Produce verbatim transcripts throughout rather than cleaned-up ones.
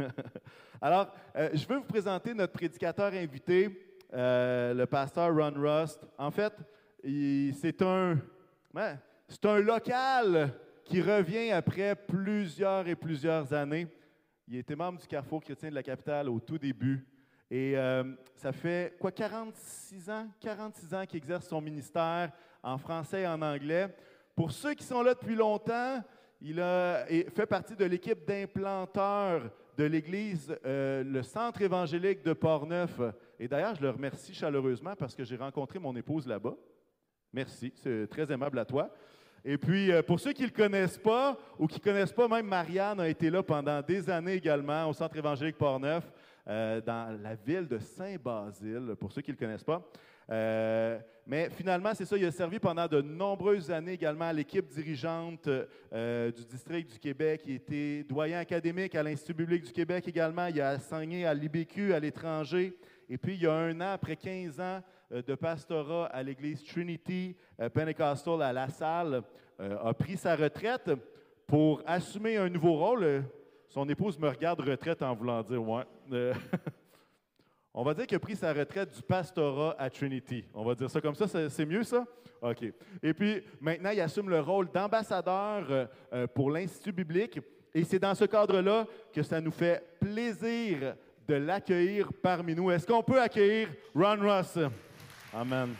Alors, euh, je veux vous présenter notre prédicateur invité, euh, le pasteur Ron Rust. En fait, il- c'est un, ouais, c'est un local qui revient après plusieurs et plusieurs années. Il était membre du Carrefour chrétien de la capitale au tout début. Et euh, ça fait, quoi, quarante-six ans? quarante-six ans qu'il exerce son ministère en français et en anglais. Pour ceux qui sont là depuis longtemps, il a et fait partie de l'équipe d'implanteurs de l'Église, euh, le Centre évangélique de Portneuf. Et d'ailleurs, je le remercie chaleureusement parce que j'ai rencontré mon épouse là-bas. Merci, c'est très aimable à toi. Et puis, euh, pour ceux qui ne le connaissent pas ou qui ne connaissent pas, même Marianne a été là pendant des années également au Centre évangélique Portneuf, euh, dans la ville de Saint-Basile, pour ceux qui ne le connaissent pas. Euh, mais finalement, c'est ça, il a servi pendant de nombreuses années également à l'équipe dirigeante euh, du district du Québec. Il était doyen académique à l'Institut biblique du Québec également. Il a enseigné à l'I B Q à l'étranger. Et puis, il y a un an, après quinze ans euh, de pastorat à l'église Trinity euh, Pentecostal à La Salle, euh, a pris sa retraite pour assumer un nouveau rôle. Son épouse me regarde retraite en voulant dire « ouais euh, ». On va dire qu'il a pris sa retraite du pastorat à Trinity. On va dire ça comme ça, c'est, c'est mieux ça? OK. Et puis, maintenant, il assume le rôle d'ambassadeur euh, euh, pour l'Institut biblique. Et c'est dans ce cadre-là que ça nous fait plaisir de l'accueillir parmi nous. Est-ce qu'on peut accueillir Ron Rust? Amen.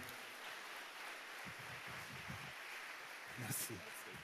Merci.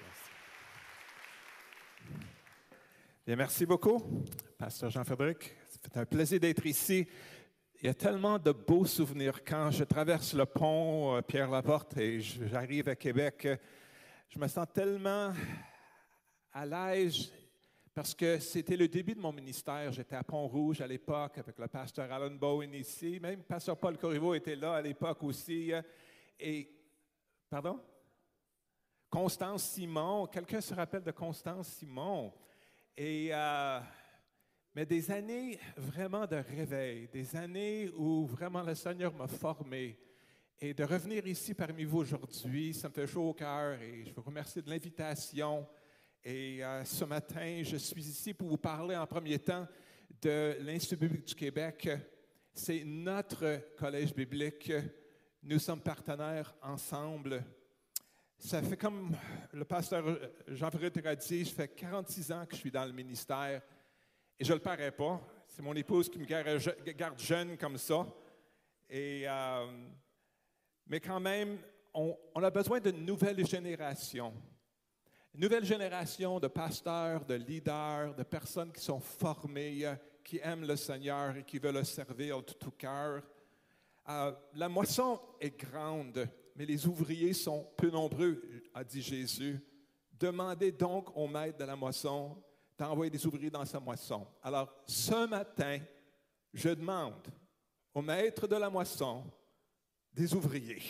Bien, merci beaucoup, Pasteur Jean-Frédéric. C'est un plaisir d'être ici. Il y a tellement de beaux souvenirs. Quand je traverse le pont euh, Pierre-Laporte et j'arrive à Québec, je me sens tellement à l'aise parce que c'était le début de mon ministère. J'étais à Pont-Rouge à l'époque avec le pasteur Alan Bowen ici. Même pasteur Paul Corriveau était là à l'époque aussi. Et, pardon? Constance Simon. Quelqu'un se rappelle de Constance Simon? Et... Euh, Mais des années vraiment de réveil, des années où vraiment le Seigneur m'a formé. Et de revenir ici parmi vous aujourd'hui, ça me fait chaud au cœur et je vous remercie de l'invitation. Et euh, ce matin, je suis ici pour vous parler en premier temps de l'Institut biblique du Québec. C'est notre collège biblique. Nous sommes partenaires ensemble. Ça fait comme le pasteur Jean-Frédéric a dit, ça fait quarante-six ans que je suis dans le ministère. Et je ne le parais pas. C'est mon épouse qui me garde jeune comme ça. Et, euh, mais quand même, on, on a besoin d'une nouvelle génération. Une nouvelle génération de pasteurs, de leaders, de personnes qui sont formées, qui aiment le Seigneur et qui veulent le servir de tout cœur. Euh, la moisson est grande, mais les ouvriers sont peu nombreux, a dit Jésus. Demandez donc au maître de la moisson d'envoyer des ouvriers dans sa moisson. Alors, ce matin, je demande au maître de la moisson des ouvriers.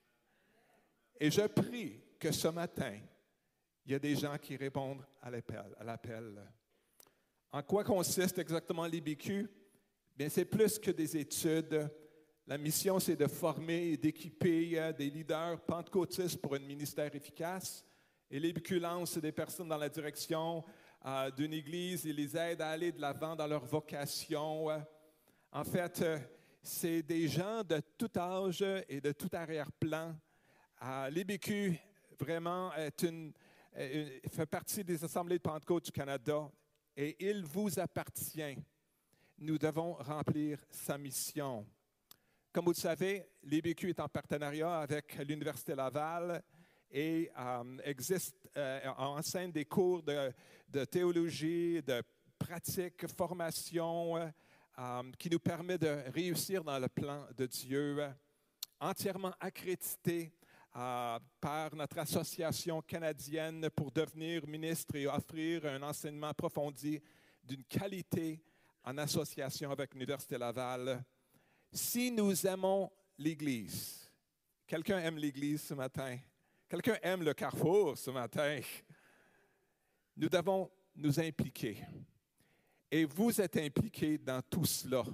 Et je prie que ce matin, il y a des gens qui répondent à l'appel. À l'appel. En quoi consiste exactement l'I B Q? Bien, c'est plus que des études. La mission, c'est de former et d'équiper des leaders pentecôtistes pour un ministère efficace. Et l'I B Q lance des personnes dans la direction euh, d'une église et les aide à aller de l'avant dans leur vocation. En fait, euh, c'est des gens de tout âge et de tout arrière-plan. Euh, L'I B Q, vraiment, est une, euh, fait partie des Assemblées de Pentecôte du Canada et il vous appartient. Nous devons remplir sa mission. Comme vous le savez, l'I B Q est en partenariat avec l'Université Laval et euh, existe, euh, enseigne des cours de, de théologie, de pratique, formation, euh, qui nous permet de réussir dans le plan de Dieu, entièrement accrédité euh, par notre association canadienne pour devenir ministre et offrir un enseignement approfondi d'une qualité en association avec l'Université Laval. Si nous aimons l'Église, quelqu'un aime l'Église ce matin? Quelqu'un aime le Carrefour ce matin? Nous devons nous impliquer. Et vous êtes impliqués dans tout cela.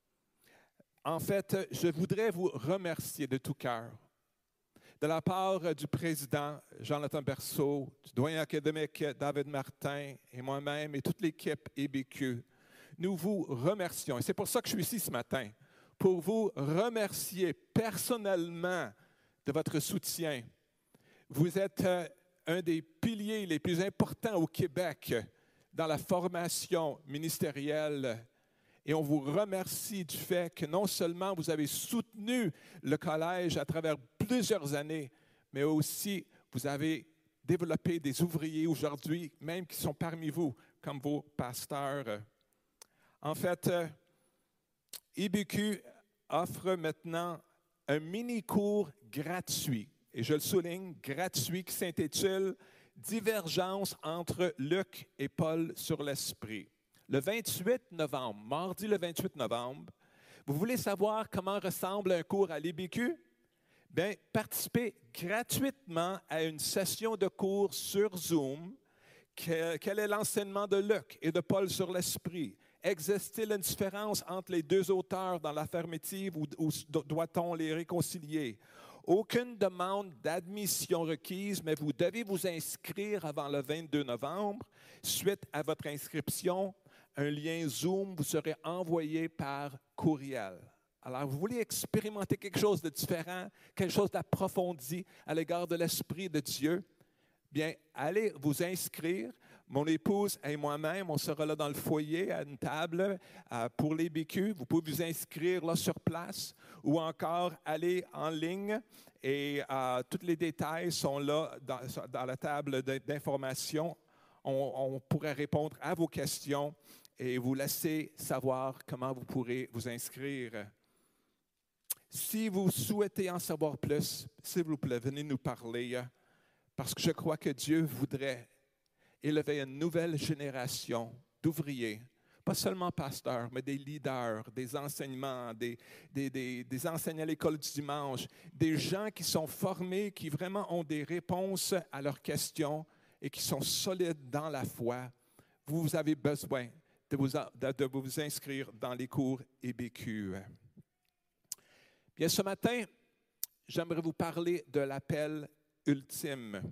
En fait, je voudrais vous remercier de tout cœur. De la part du président Jonathan Berceau, du doyen académique David Martin et moi-même et toute l'équipe I B Q, nous vous remercions. Et c'est pour ça que je suis ici ce matin, pour vous remercier personnellement de votre soutien. Vous êtes euh, un des piliers les plus importants au Québec dans la formation ministérielle. Et on vous remercie du fait que non seulement vous avez soutenu le collège à travers plusieurs années, mais aussi vous avez développé des ouvriers aujourd'hui, même qui sont parmi vous, comme vos pasteurs. En fait, euh, I B Q offre maintenant un mini-cours gratuit, et je le souligne, gratuit, qui s'intitule « Divergence entre Luc et Paul sur l'Esprit ». Le vingt-huit novembre, mardi le vingt-huit novembre, vous voulez savoir comment ressemble un cours à l'I B Q? Bien, participez gratuitement à une session de cours sur Zoom. Que, quel est l'enseignement de Luc et de Paul sur l'Esprit? Existe-t-il une différence entre les deux auteurs dans l'affirmative ou, ou doit-on les réconcilier? Aucune demande d'admission requise, mais vous devez vous inscrire avant le vingt-deux novembre. Suite à votre inscription, un lien Zoom vous sera envoyé par courriel. Alors, vous voulez expérimenter quelque chose de différent, quelque chose d'approfondi à l'égard de l'Esprit de Dieu? Bien, allez vous inscrire. Mon épouse et moi-même, on sera là dans le foyer à une table euh, pour les B Q. Vous pouvez vous inscrire là sur place ou encore aller en ligne et euh, tous les détails sont là dans, dans la table d'information. On, on pourrait répondre à vos questions et vous laisser savoir comment vous pourrez vous inscrire. Si vous souhaitez en savoir plus, s'il vous plaît, venez nous parler parce que je crois que Dieu voudrait élever une nouvelle génération d'ouvriers, pas seulement pasteurs, mais des leaders, des enseignements, des, des, des, des enseignants à l'école du dimanche, des gens qui sont formés, qui vraiment ont des réponses à leurs questions et qui sont solides dans la foi. Vous avez besoin de vous, de, de vous inscrire dans les cours I B Q. Bien, ce matin, j'aimerais vous parler de l'appel ultime.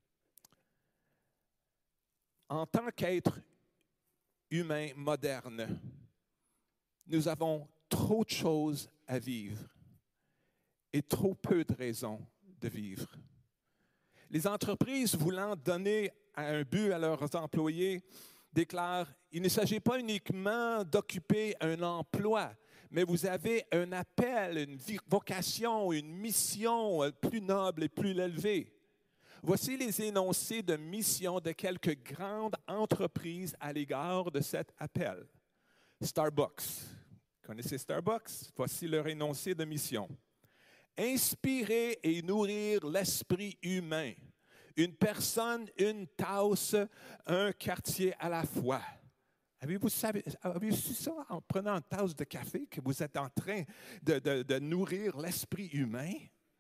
En tant qu'être humain moderne, nous avons trop de choses à vivre et trop peu de raisons de vivre. Les entreprises voulant donner un but à leurs employés déclarent « Il ne s'agit pas uniquement d'occuper un emploi, mais vous avez un appel, une vocation, une mission plus noble et plus élevée. » Voici les énoncés de mission de quelques grandes entreprises à l'égard de cet appel. Starbucks. Vous connaissez Starbucks? Voici leur énoncé de mission. Inspirer et nourrir l'esprit humain. Une personne, une tasse, un quartier à la fois. Avez-vous avez su ça en prenant une tasse de café que vous êtes en train de, de, de nourrir l'esprit humain?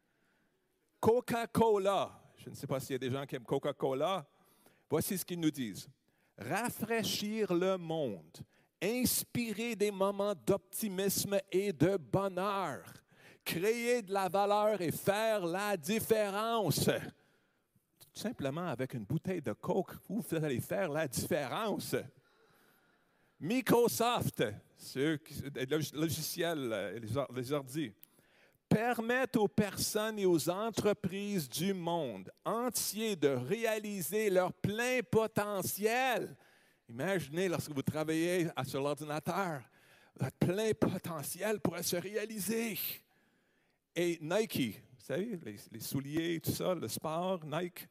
Coca-Cola. Je ne sais pas s'il y a des gens qui aiment Coca-Cola. Voici ce qu'ils nous disent. Rafraîchir le monde, inspirer des moments d'optimisme et de bonheur, créer de la valeur et faire la différence. Tout simplement, avec une bouteille de Coke, vous allez faire la différence. Microsoft, ceux, les logiciels, les ordi, permettent aux personnes et aux entreprises du monde entier de réaliser leur plein potentiel. Imaginez lorsque vous travaillez sur l'ordinateur, votre plein potentiel pourrait se réaliser. Et Nike, vous savez, les, les souliers, tout ça, le sport, Nike,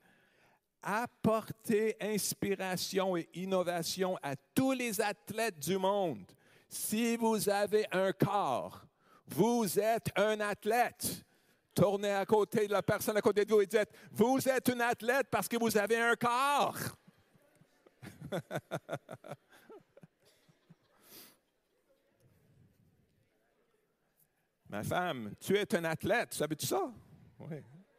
apporter inspiration et innovation à tous les athlètes du monde. Si vous avez un corps, vous êtes un athlète. Tournez à côté de la personne à côté de vous et dites, vous êtes un athlète parce que vous avez un corps. Ma femme, tu es un athlète, savais-tu ça? Oui.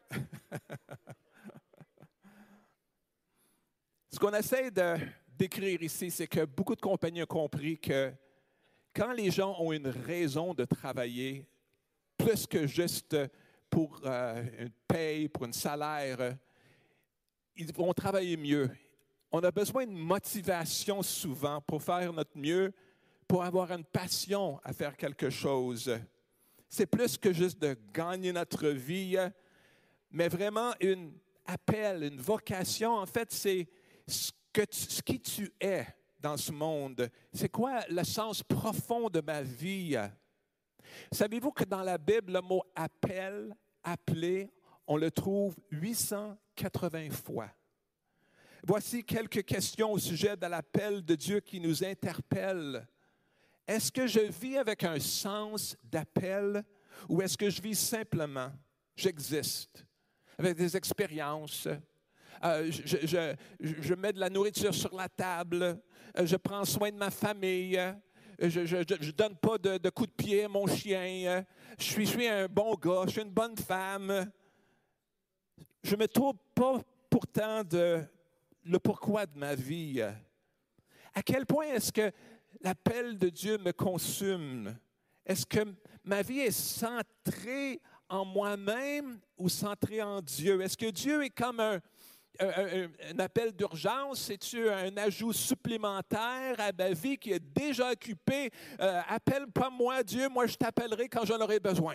Ce qu'on essaie de décrire ici, c'est que beaucoup de compagnies ont compris que quand les gens ont une raison de travailler, plus que juste pour euh, une paye, pour un salaire, ils vont travailler mieux. On a besoin de motivation souvent pour faire notre mieux, pour avoir une passion à faire quelque chose. C'est plus que juste de gagner notre vie, mais vraiment un appel, une vocation. En fait, c'est ce, que tu, ce qui tu es dans ce monde. C'est quoi le sens profond de ma vie? Savez-vous que dans la Bible, le mot « appel », « appeler », on le trouve huit cent quatre-vingts fois. Voici quelques questions au sujet de l'appel de Dieu qui nous interpelle. Est-ce que je vis avec un sens d'appel ou est-ce que je vis simplement, j'existe, avec des expériences, euh, je, je, je mets de la nourriture sur la table, euh, je prends soin de ma famille, je ne donne pas de, de coups de pied à mon chien, je suis, je suis un bon gars, je suis une bonne femme. Je ne me trouve pas pourtant de le pourquoi de ma vie. À quel point est-ce que l'appel de Dieu me consume? Est-ce que ma vie est centrée en moi-même ou centrée en Dieu? Est-ce que Dieu est comme un, un, un appel d'urgence? C'est-tu un ajout supplémentaire à ma vie qui est déjà occupée? Euh, appelle pas moi Dieu, moi je t'appellerai quand j'en aurai besoin.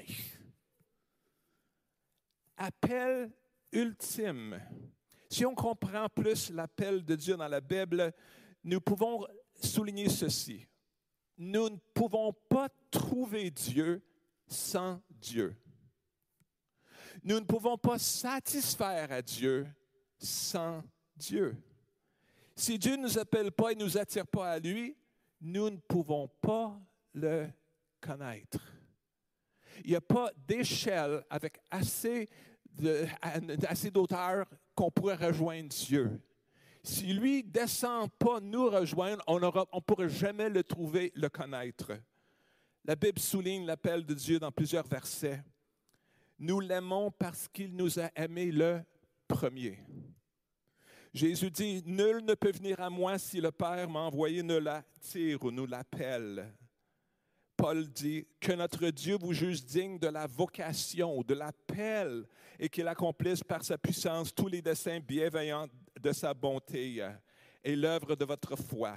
Appel ultime. Si on comprend plus l'appel de Dieu dans la Bible, nous pouvons souligner ceci. Nous ne pouvons pas trouver Dieu sans Dieu. Nous ne pouvons pas satisfaire à Dieu sans Dieu. Si Dieu ne nous appelle pas et ne nous attire pas à lui, nous ne pouvons pas le connaître. Il n'y a pas d'échelle avec assez de, assez d'auteur qu'on pourrait rejoindre Dieu. Si lui ne descend pas nous rejoindre, on ne pourrait jamais le trouver, le connaître. La Bible souligne l'appel de Dieu dans plusieurs versets. Nous l'aimons parce qu'il nous a aimés le premier. Jésus dit, « Nul ne peut venir à moi si le Père m'a envoyé ne l'attire ou nous l'appelle. » Paul dit que notre Dieu vous juge digne de la vocation, de l'appel, et qu'il accomplisse par sa puissance tous les desseins bienveillants de sa bonté et l'œuvre de votre foi.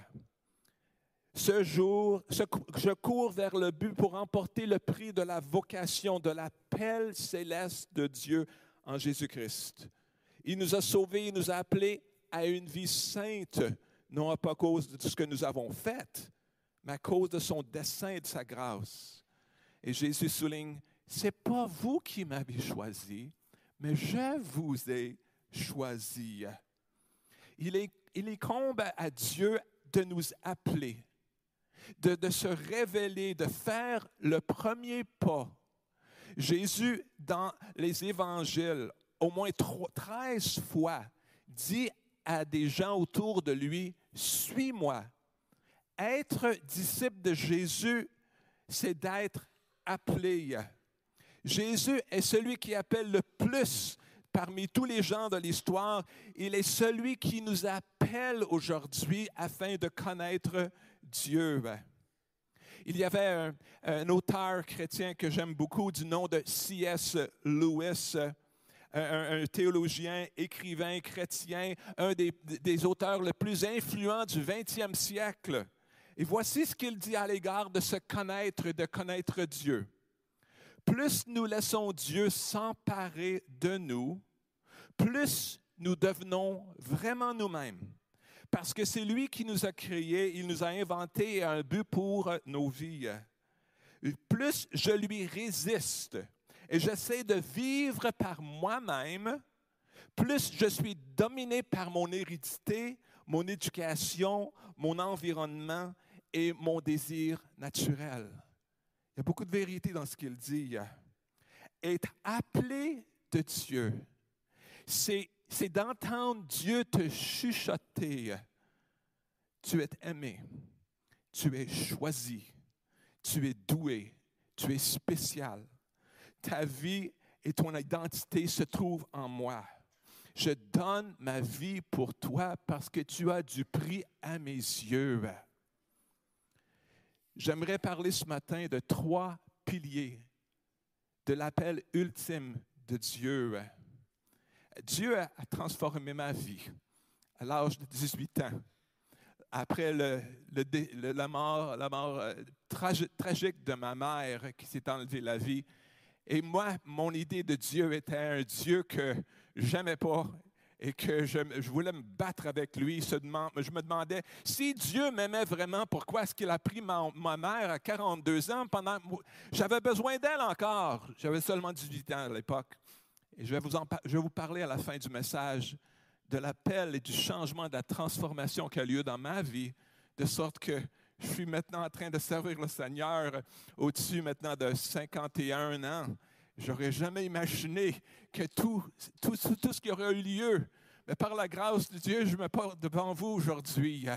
Ce jour, je cours vers le but pour remporter le prix de la vocation, de l'appel céleste de Dieu en Jésus-Christ. Il nous a sauvés, il nous a appelés à une vie sainte, non pas à cause de tout ce que nous avons fait, mais à cause de son dessein et de sa grâce. Et Jésus souligne, ce n'est pas vous qui m'avez choisi, mais je vous ai choisi. Il est, il incombe à Dieu de nous appeler, de, de se révéler, de faire le premier pas. Jésus, dans les évangiles, au moins treize fois, dit à des gens autour de lui, « Suis-moi ». Être disciple de Jésus, c'est d'être appelé. Jésus est celui qui appelle le plus parmi tous les gens de l'histoire. Il est celui qui nous appelle aujourd'hui afin de connaître Dieu. Il y avait un, un auteur chrétien que j'aime beaucoup du nom de C S Lewis, un, un théologien, écrivain chrétien, un des, des auteurs les plus influents du vingtième siècle. Et voici ce qu'il dit à l'égard de se connaître et de connaître Dieu. Plus nous laissons Dieu s'emparer de nous, plus nous devenons vraiment nous-mêmes. Parce que c'est lui qui nous a créés, il nous a inventé un but pour nos vies. Plus je lui résiste et j'essaie de vivre par moi-même, plus je suis dominé par mon hérédité, mon éducation, mon environnement et mon désir naturel. Il y a beaucoup de vérité dans ce qu'il dit. Être appelé de Dieu, c'est, c'est d'entendre Dieu te chuchoter. Tu es aimé, tu es choisi, tu es doué, tu es spécial. Ta vie et ton identité se trouvent en moi. Je donne ma vie pour toi parce que tu as du prix à mes yeux. J'aimerais parler ce matin de trois piliers de l'appel ultime de Dieu. Dieu a transformé ma vie à l'âge de dix-huit ans. après le, le, le, la mort, la mort euh, tragi- tragique de ma mère qui s'est enlevée la vie. Et moi, mon idée de Dieu était un Dieu que j'aimais pas et que je, je voulais me battre avec lui. Se demande, je me demandais, si Dieu m'aimait vraiment, pourquoi est-ce qu'il a pris ma, ma mère à quarante-deux ans pendant... J'avais besoin d'elle encore. J'avais seulement dix-huit ans à l'époque. Et je vais, vous en, je vais vous parler à la fin du message de l'appel et du changement, de la transformation qui a lieu dans ma vie, de sorte que je suis maintenant en train de servir le Seigneur au-dessus maintenant de cinquante et un ans. Je n'aurais jamais imaginé que tout, tout, tout, tout ce qui aurait eu lieu, mais par la grâce de Dieu, je me porte devant vous aujourd'hui.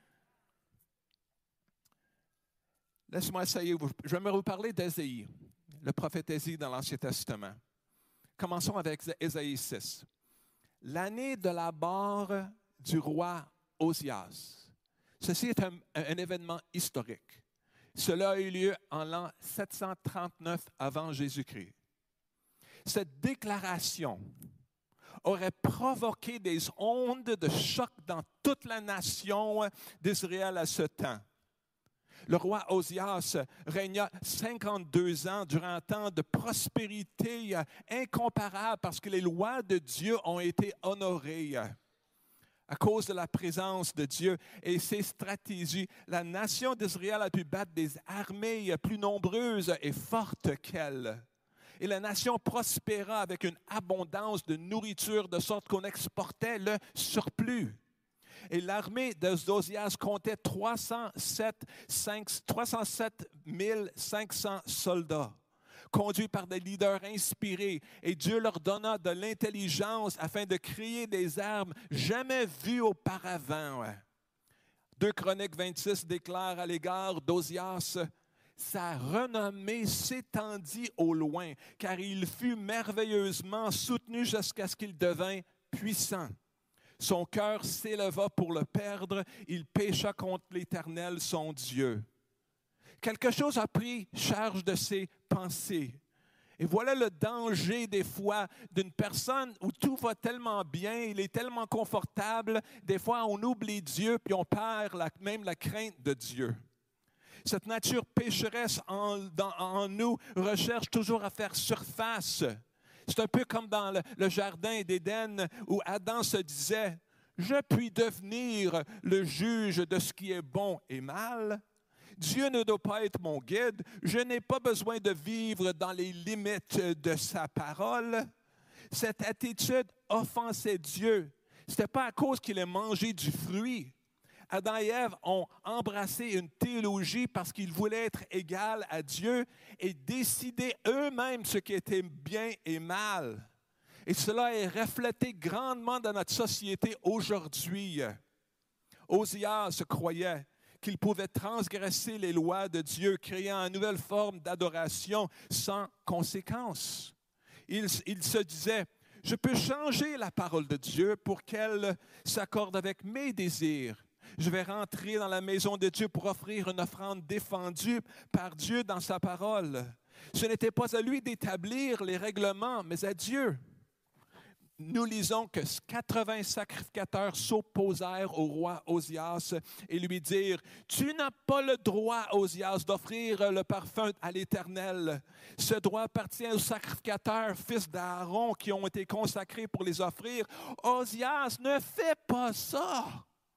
Laisse-moi essayer. Je vais vous parler d'Ésaïe, le prophète Ésaïe dans l'Ancien Testament. Commençons avec Ésaïe six. L'année de la mort du roi Osias. Ceci est un, un événement historique. Cela a eu lieu en l'an sept cent trente-neuf avant Jésus-Christ. Cette déclaration aurait provoqué des ondes de choc dans toute la nation d'Israël à ce temps. Le roi Osias régna cinquante-deux ans durant un temps de prospérité incomparable parce que les lois de Dieu ont été honorées. À cause de la présence de Dieu et ses stratégies, la nation d'Israël a pu battre des armées plus nombreuses et fortes qu'elle. Et la nation prospéra avec une abondance de nourriture de sorte qu'on exportait le surplus. Et l'armée d'Osias comptait trois cent sept mille cinq cents soldats, conduits par des leaders inspirés. Et Dieu leur donna de l'intelligence afin de créer des armes jamais vues auparavant. deux Chroniques vingt-six déclare à l'égard d'Osias, « Sa renommée s'étendit au loin, car il fut merveilleusement soutenu jusqu'à ce qu'il devint puissant. Son cœur s'éleva pour le perdre, il pécha contre l'Éternel, son Dieu. » Quelque chose a pris charge de ses pensées. Et voilà le danger des fois d'une personne où tout va tellement bien, il est tellement confortable, des fois on oublie Dieu puis on perd la, même la crainte de Dieu. Cette nature pécheresse en, dans, en nous recherche toujours à faire surface. C'est un peu comme dans le, le jardin d'Éden où Adam se disait « Je puis devenir le juge de ce qui est bon et mal. Dieu ne doit pas être mon guide. Je n'ai pas besoin de vivre dans les limites de sa parole. » Cette attitude offensait Dieu. Ce n'était pas à cause qu'il ait mangé du fruit. Adam et Ève ont embrassé une théologie parce qu'ils voulaient être égaux à Dieu et décider eux-mêmes ce qui était bien et mal. Et cela est reflété grandement dans notre société aujourd'hui. Osias se croyait qu'il pouvait transgresser les lois de Dieu, créant une nouvelle forme d'adoration sans conséquence. Il, il se disait, « Je peux changer la parole de Dieu pour qu'elle s'accorde avec mes désirs. Je vais rentrer dans la maison de Dieu pour offrir une offrande défendue par Dieu dans sa parole. » Ce n'était pas à lui d'établir les règlements, mais à Dieu. Nous lisons que quatre-vingts sacrificateurs s'opposèrent au roi Osias et lui dirent, « Tu n'as pas le droit, Osias, d'offrir le parfum à l'Éternel. Ce droit appartient aux sacrificateurs, fils d'Aaron, qui ont été consacrés pour les offrir. Osias, ne fais pas ça! »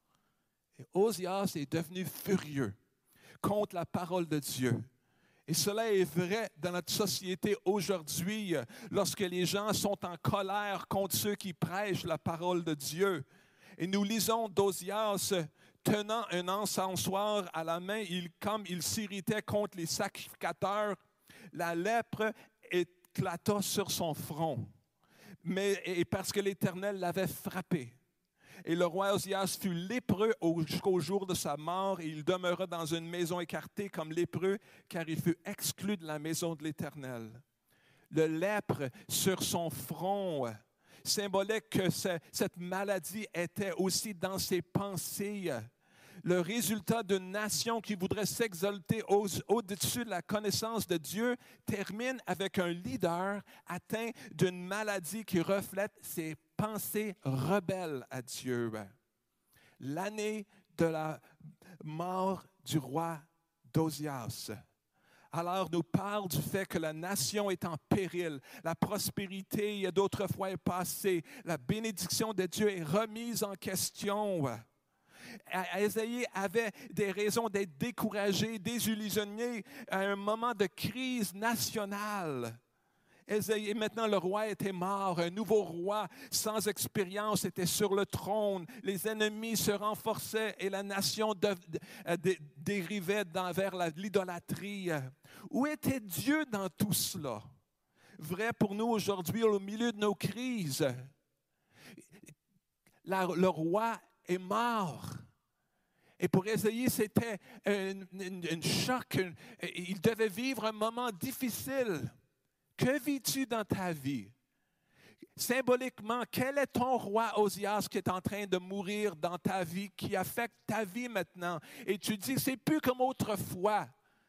Et Osias est devenu furieux contre la parole de Dieu. Et cela est vrai dans notre société aujourd'hui, lorsque les gens sont en colère contre ceux qui prêchent la parole de Dieu. Et nous lisons d'Osias tenant un encensoir à la main, il, comme il s'irritait contre les sacrificateurs, la lèpre éclata sur son front, mais, et parce que l'Éternel l'avait frappé. Et le roi Osias fut lépreux jusqu'au jour de sa mort, et il demeura dans une maison écartée comme lépreux, car il fut exclu de la maison de l'Éternel. Le lèpre sur son front symbolait que cette maladie était aussi dans ses pensées. Le résultat d'une nation qui voudrait s'exalter au-dessus de la connaissance de Dieu termine avec un leader atteint d'une maladie qui reflète ses pensées rebelles à Dieu. L'année de la mort du roi d'Ozias. Alors, nous parle du fait que la nation est en péril. La prospérité d'autrefois est passée. La bénédiction de Dieu est remise en question. Ésaïe avait des raisons d'être découragé, désillusionné à un moment de crise nationale. Ésaïe, maintenant le roi était mort, un nouveau roi sans expérience était sur le trône. Les ennemis se renforçaient et la nation de, de, de, dérivait dans, vers la, l'idolâtrie. Où était Dieu dans tout cela? Vrai pour nous aujourd'hui, au milieu de nos crises. La, le roi est mort. Et pour Ésaïe, c'était un, un, un choc. Un, il devait vivre un moment difficile. Que vis-tu dans ta vie? Symboliquement, quel est ton roi Ozias qui est en train de mourir dans ta vie, qui affecte ta vie maintenant? Et tu dis, c'est plus comme autrefois.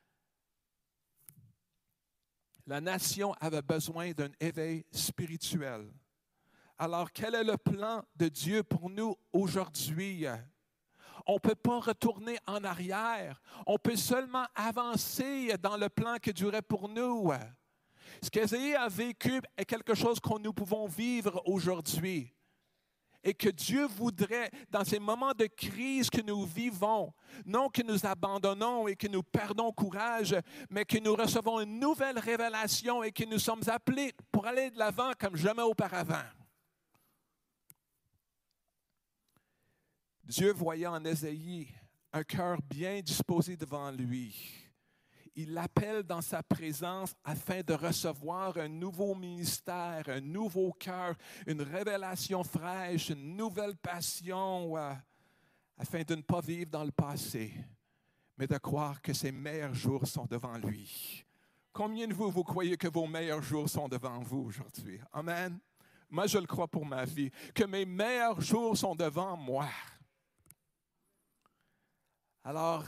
La nation avait besoin d'un éveil spirituel. Alors, quel est le plan de Dieu pour nous aujourd'hui? On ne peut pas retourner en arrière. On peut seulement avancer dans le plan que Dieu aurait pour nous. Ce qu'Ésaïe a vécu est quelque chose que nous pouvons vivre aujourd'hui. Et que Dieu voudrait, dans ces moments de crise que nous vivons, non que nous abandonnons et que nous perdons courage, mais que nous recevons une nouvelle révélation et que nous sommes appelés pour aller de l'avant comme jamais auparavant. Dieu voyait en Ésaïe un cœur bien disposé devant lui. Il l'appelle dans sa présence afin de recevoir un nouveau ministère, un nouveau cœur, une révélation fraîche, une nouvelle passion, euh, afin de ne pas vivre dans le passé, mais de croire que ses meilleurs jours sont devant lui. Combien de vous, vous croyez que vos meilleurs jours sont devant vous aujourd'hui? Amen. Moi, je le crois pour ma vie, que mes meilleurs jours sont devant moi. Alors,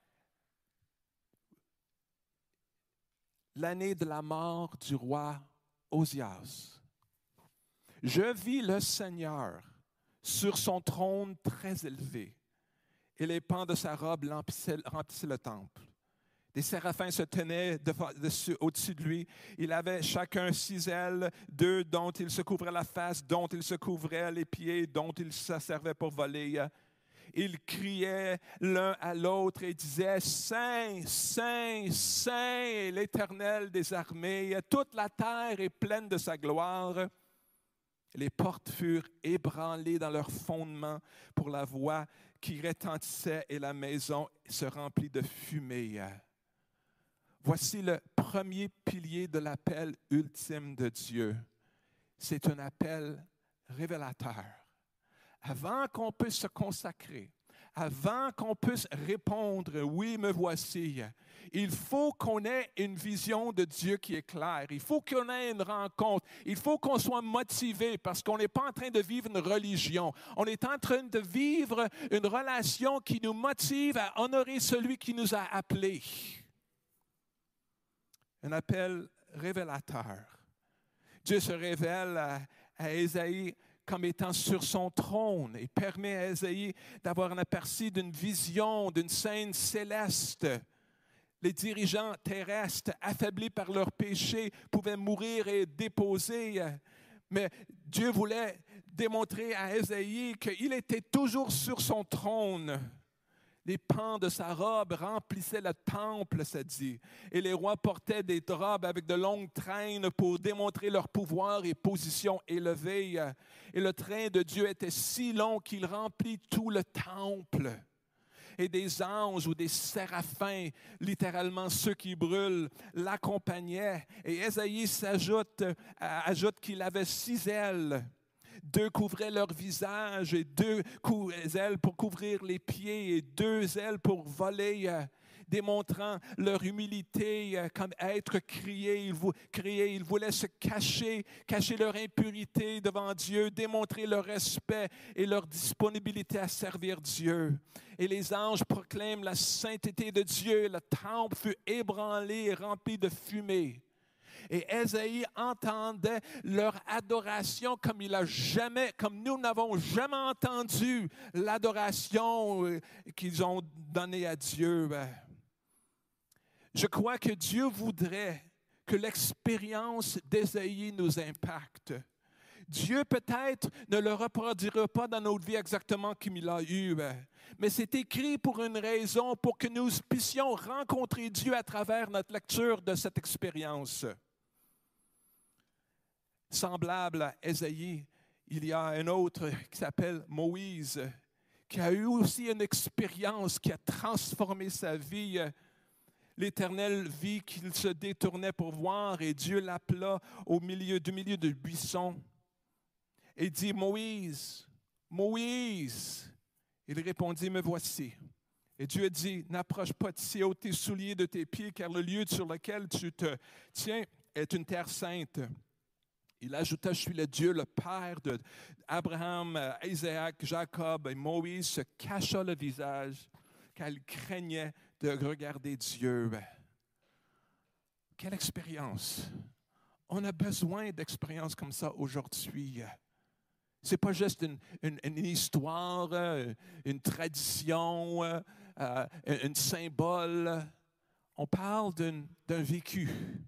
l'année de la mort du roi Ozias. Je vis le Seigneur sur son trône très élevé, et les pans de sa robe remplissaient, remplissaient le temple. Des séraphins se tenaient de, de, au-dessus de lui. Il avait chacun six ailes, deux dont il se couvrait la face, dont il se couvrait les pieds, dont il se servait pour voler. Ils criaient l'un à l'autre et disaient « Saint, Saint, Saint est l'Éternel des armées. Toute la terre est pleine de sa gloire. » Les portes furent ébranlées dans leur fondement pour la voix qui retentissait et la maison se remplit de fumée. Voici le premier pilier de l'appel ultime de Dieu. C'est un appel révélateur. Avant qu'on puisse se consacrer, avant qu'on puisse répondre « Oui, me voici », il faut qu'on ait une vision de Dieu qui est claire. Il faut qu'on ait une rencontre. Il faut qu'on soit motivé parce qu'on n'est pas en train de vivre une religion. On est en train de vivre une relation qui nous motive à honorer celui qui nous a appelés. Un appel révélateur. Dieu se révèle à, à Ésaïe comme étant sur son trône et permet à Ésaïe d'avoir un aperçu d'une vision, d'une scène céleste. Les dirigeants terrestres, affaiblis par leurs péchés, pouvaient mourir et déposer. Mais Dieu voulait démontrer à Ésaïe qu'il était toujours sur son trône. Les pans de sa robe remplissaient le temple, ça dit. Et les rois portaient des robes avec de longues traînes pour démontrer leur pouvoir et position élevée. Et le train de Dieu était si long qu'il remplit tout le temple. Et des anges ou des séraphins, littéralement ceux qui brûlent, l'accompagnaient. Et Ésaïe s'ajoute, ajoute qu'il avait six ailes. Deux couvraient leur visage et deux ailes pour couvrir les pieds et deux ailes pour voler, euh, démontrant leur humilité euh, comme être criés. Ils, criés. Ils voulaient se cacher, cacher leur impurité devant Dieu, démontrer leur respect et leur disponibilité à servir Dieu. Et les anges proclament la sainteté de Dieu. Le temple fut ébranlé et rempli de fumée. Et Ésaïe entendait leur adoration comme il a jamais, comme nous n'avons jamais entendu l'adoration qu'ils ont donnée à Dieu. Je crois que Dieu voudrait que l'expérience d'Ésaïe nous impacte. Dieu peut-être ne le reproduira pas dans notre vie exactement comme il a eu, mais c'est écrit pour une raison, pour que nous puissions rencontrer Dieu à travers notre lecture de cette expérience. Semblable à Ésaïe, il y a un autre qui s'appelle Moïse, qui a eu aussi une expérience qui a transformé sa vie. L'Éternel vit qu'il se détournait pour voir et Dieu l'appela au milieu du milieu du buisson. Et dit, Moïse, Moïse. Il répondit, me voici. Et Dieu dit, n'approche pas d'ici, ôte tes souliers de tes pieds, car le lieu sur lequel tu te tiens est une terre sainte. Il ajouta, je suis le Dieu, le Père d'Abraham, Isaac, Jacob. Et Moïse se cacha le visage, car il craignait de regarder Dieu. Quelle expérience! On a besoin d'expériences comme ça aujourd'hui. Ce n'est pas juste une, une, une histoire, une tradition, euh, un symbole. On parle d'un, d'un vécu.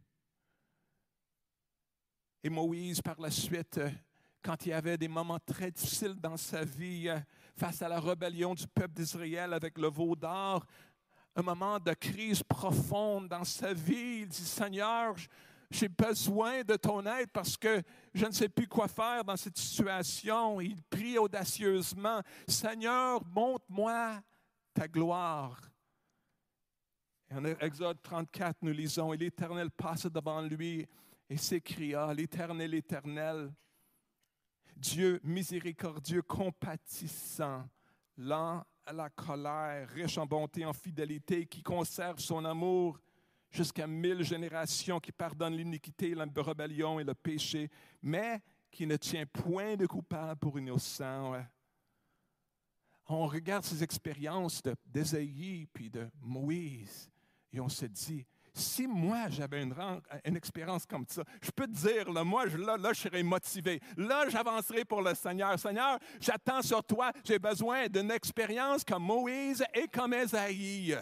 Et Moïse, par la suite, quand il y avait des moments très difficiles dans sa vie, face à la rébellion du peuple d'Israël avec le veau d'or, un moment de crise profonde dans sa vie, il dit, Seigneur, j'ai besoin de ton aide parce que je ne sais plus quoi faire dans cette situation. Il prie audacieusement, Seigneur, montre-moi ta gloire. Et en Exode trente-quatre, nous lisons, et l'Éternel passa devant lui et s'écria, l'Éternel, l'Éternel, Dieu miséricordieux, compatissant, lent à la colère, riche en bonté, en fidélité, qui conserve son amour jusqu'à mille générations, qui pardonne l'iniquité, la rébellion et le péché, mais qui ne tient point de coupable pour innocent. On regarde ces expériences de, d'Ésaïe puis de Moïse et on se dit, si moi j'avais une, une expérience comme ça, je peux te dire, là, moi, je, là, là, je serais motivé. Là, j'avancerai pour le Seigneur. Seigneur, j'attends sur toi. J'ai besoin d'une expérience comme Moïse et comme Ésaïe.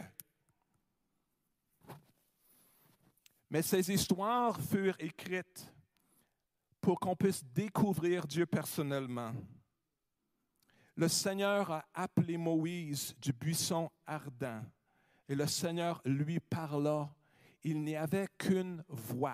Mais ces histoires furent écrites pour qu'on puisse découvrir Dieu personnellement. Le Seigneur a appelé Moïse du buisson ardent et le Seigneur lui parla. Il n'y avait qu'une voix.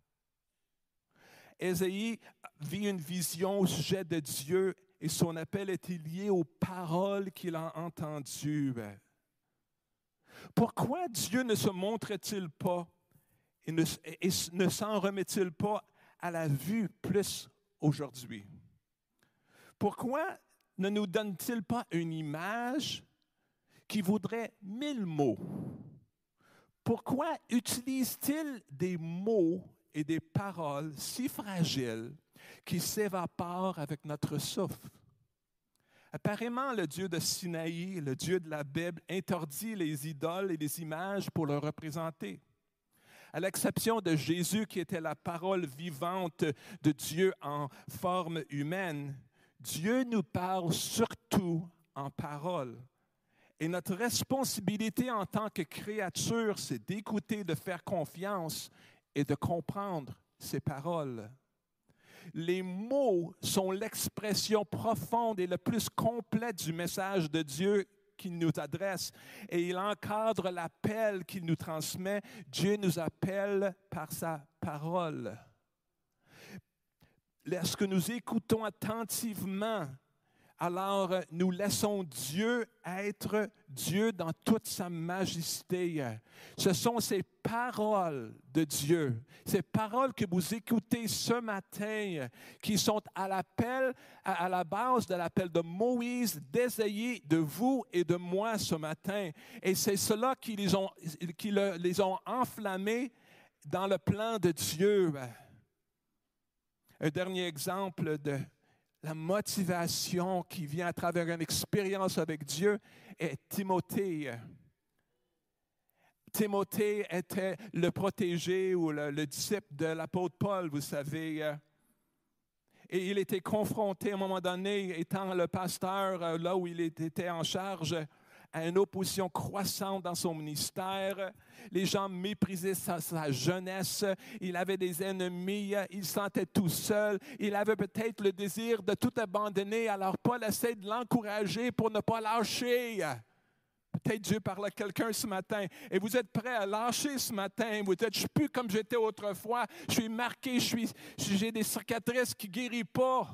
Ésaïe vit une vision au sujet de Dieu et son appel était lié aux paroles qu'il a entendues. Pourquoi Dieu ne se montrait-il pas et ne, et ne s'en remet-il pas à la vue plus aujourd'hui? Pourquoi ne nous donne-t-il pas une image qui vaudrait mille mots? Pourquoi utilise-t-il des mots et des paroles si fragiles qui s'évaporent avec notre souffle? Apparemment, le Dieu de Sinaï, le Dieu de la Bible, interdit les idoles et les images pour le représenter. À l'exception de Jésus, qui était la parole vivante de Dieu en forme humaine, Dieu nous parle surtout en parole. Et notre responsabilité en tant que créature, c'est d'écouter, de faire confiance et de comprendre ses paroles. Les mots sont l'expression profonde et le plus complète du message de Dieu qu'il nous adresse. Et il encadre l'appel qu'il nous transmet. Dieu nous appelle par sa parole. Lorsque nous écoutons attentivement, alors nous laissons Dieu être Dieu dans toute sa majesté. Ce sont ces paroles de Dieu, ces paroles que vous écoutez ce matin, qui sont à l'appel, à, à la base de l'appel de Moïse, d'Ésaïe, de vous et de moi ce matin. Et c'est cela qui les ont, qui le, les ont enflammés dans le plan de Dieu. Un dernier exemple de la motivation qui vient à travers une expérience avec Dieu est Timothée. Timothée était le protégé ou le, le disciple de l'apôtre Paul, vous savez. Et il était confronté à un moment donné, étant le pasteur, là où il était en charge, à une opposition croissante dans son ministère. Les gens méprisaient sa, sa jeunesse. Il avait des ennemis. Il se sentait tout seul. Il avait peut-être le désir de tout abandonner. Alors Paul essaie de l'encourager pour ne pas lâcher. Peut-être Dieu parle à quelqu'un ce matin et vous êtes prêt à lâcher ce matin. Vous dites, je ne suis plus comme j'étais autrefois. Je suis marqué, je suis, j'ai des cicatrices qui ne guérissent pas.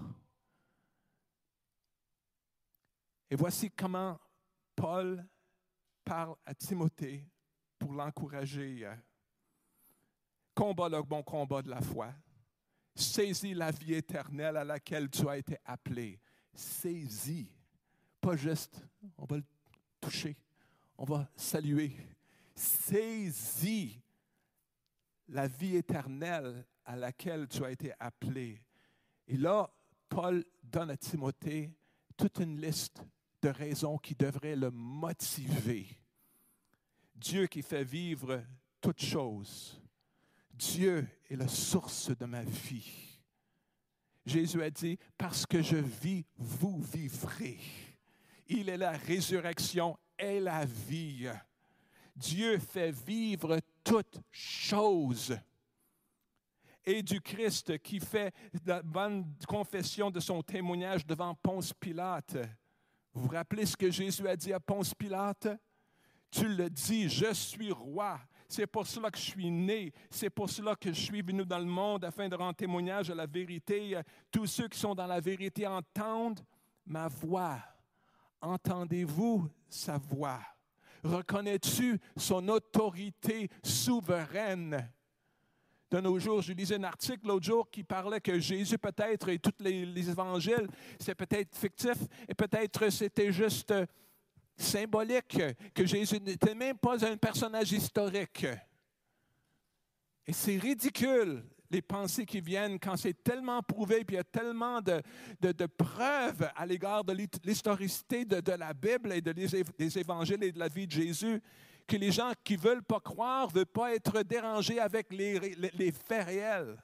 Et voici comment Paul parle à Timothée pour l'encourager. Combat le bon combat de la foi. Saisis la vie éternelle à laquelle tu as été appelé. Saisis. Pas juste, on va le toucher, on va saluer. Saisis la vie éternelle à laquelle tu as été appelé. Et là, Paul donne à Timothée toute une liste de raisons qui devraient le motiver. Dieu qui fait vivre toutes choses. Dieu est la source de ma vie. Jésus a dit, parce que je vis, vous vivrez. Il est la résurrection et la vie. Dieu fait vivre toutes choses. Et du Christ qui fait la bonne confession de son témoignage devant Ponce Pilate. Vous vous rappelez ce que Jésus a dit à Ponce Pilate? Tu le dis, je suis roi. C'est pour cela que je suis né. C'est pour cela que je suis venu dans le monde afin de rendre témoignage à la vérité. Tous ceux qui sont dans la vérité entendent ma voix. Entendez-vous sa voix? Reconnais-tu son autorité souveraine? De nos jours, je lisais un article l'autre jour qui parlait que Jésus peut-être et tous les, les évangiles, c'est peut-être fictif et peut-être c'était juste symbolique, que Jésus n'était même pas un personnage historique. Et c'est ridicule, les pensées qui viennent quand c'est tellement prouvé, puis il y a tellement de, de, de preuves à l'égard de l'historicité de, de la Bible et de les, des évangiles et de la vie de Jésus, que les gens qui ne veulent pas croire ne veulent pas être dérangés avec les, les, les faits réels.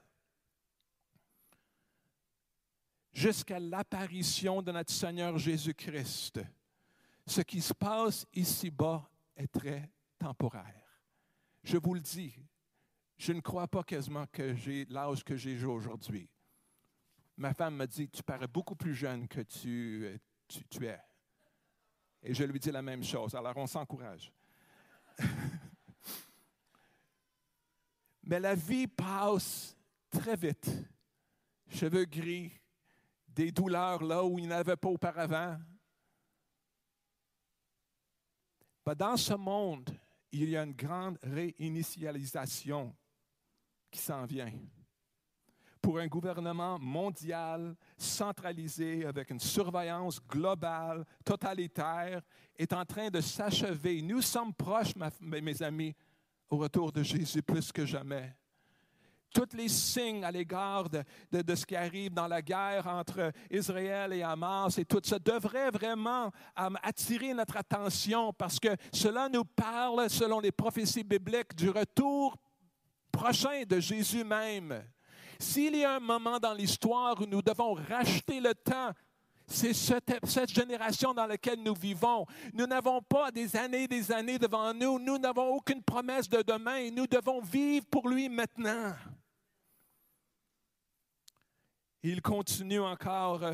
Jusqu'à l'apparition de notre Seigneur Jésus-Christ, ce qui se passe ici-bas est très temporaire. Je vous le dis, je ne crois pas quasiment que j'ai l'âge que j'ai aujourd'hui. Ma femme me dit, tu parais beaucoup plus jeune que tu, tu, tu es. Et je lui dis la même chose. Alors on s'encourage. Mais la vie passe très vite. Cheveux gris, des douleurs là où il n'y en avait pas auparavant. Mais dans ce monde, il y a une grande réinitialisation qui s'en vient. Pour un gouvernement mondial, centralisé, avec une surveillance globale, totalitaire, est en train de s'achever. Nous sommes proches, ma, mes amis, au retour de Jésus plus que jamais. Tous les signes à l'égard de, de, de ce qui arrive dans la guerre entre Israël et Hamas et tout ça devrait vraiment um, attirer notre attention parce que cela nous parle, selon les prophéties bibliques, du retour prochain de Jésus même. S'il y a un moment dans l'histoire où nous devons racheter le temps, c'est cette, cette génération dans laquelle nous vivons. Nous n'avons pas des années et des années devant nous. Nous n'avons aucune promesse de demain et nous devons vivre pour lui maintenant. Il continue encore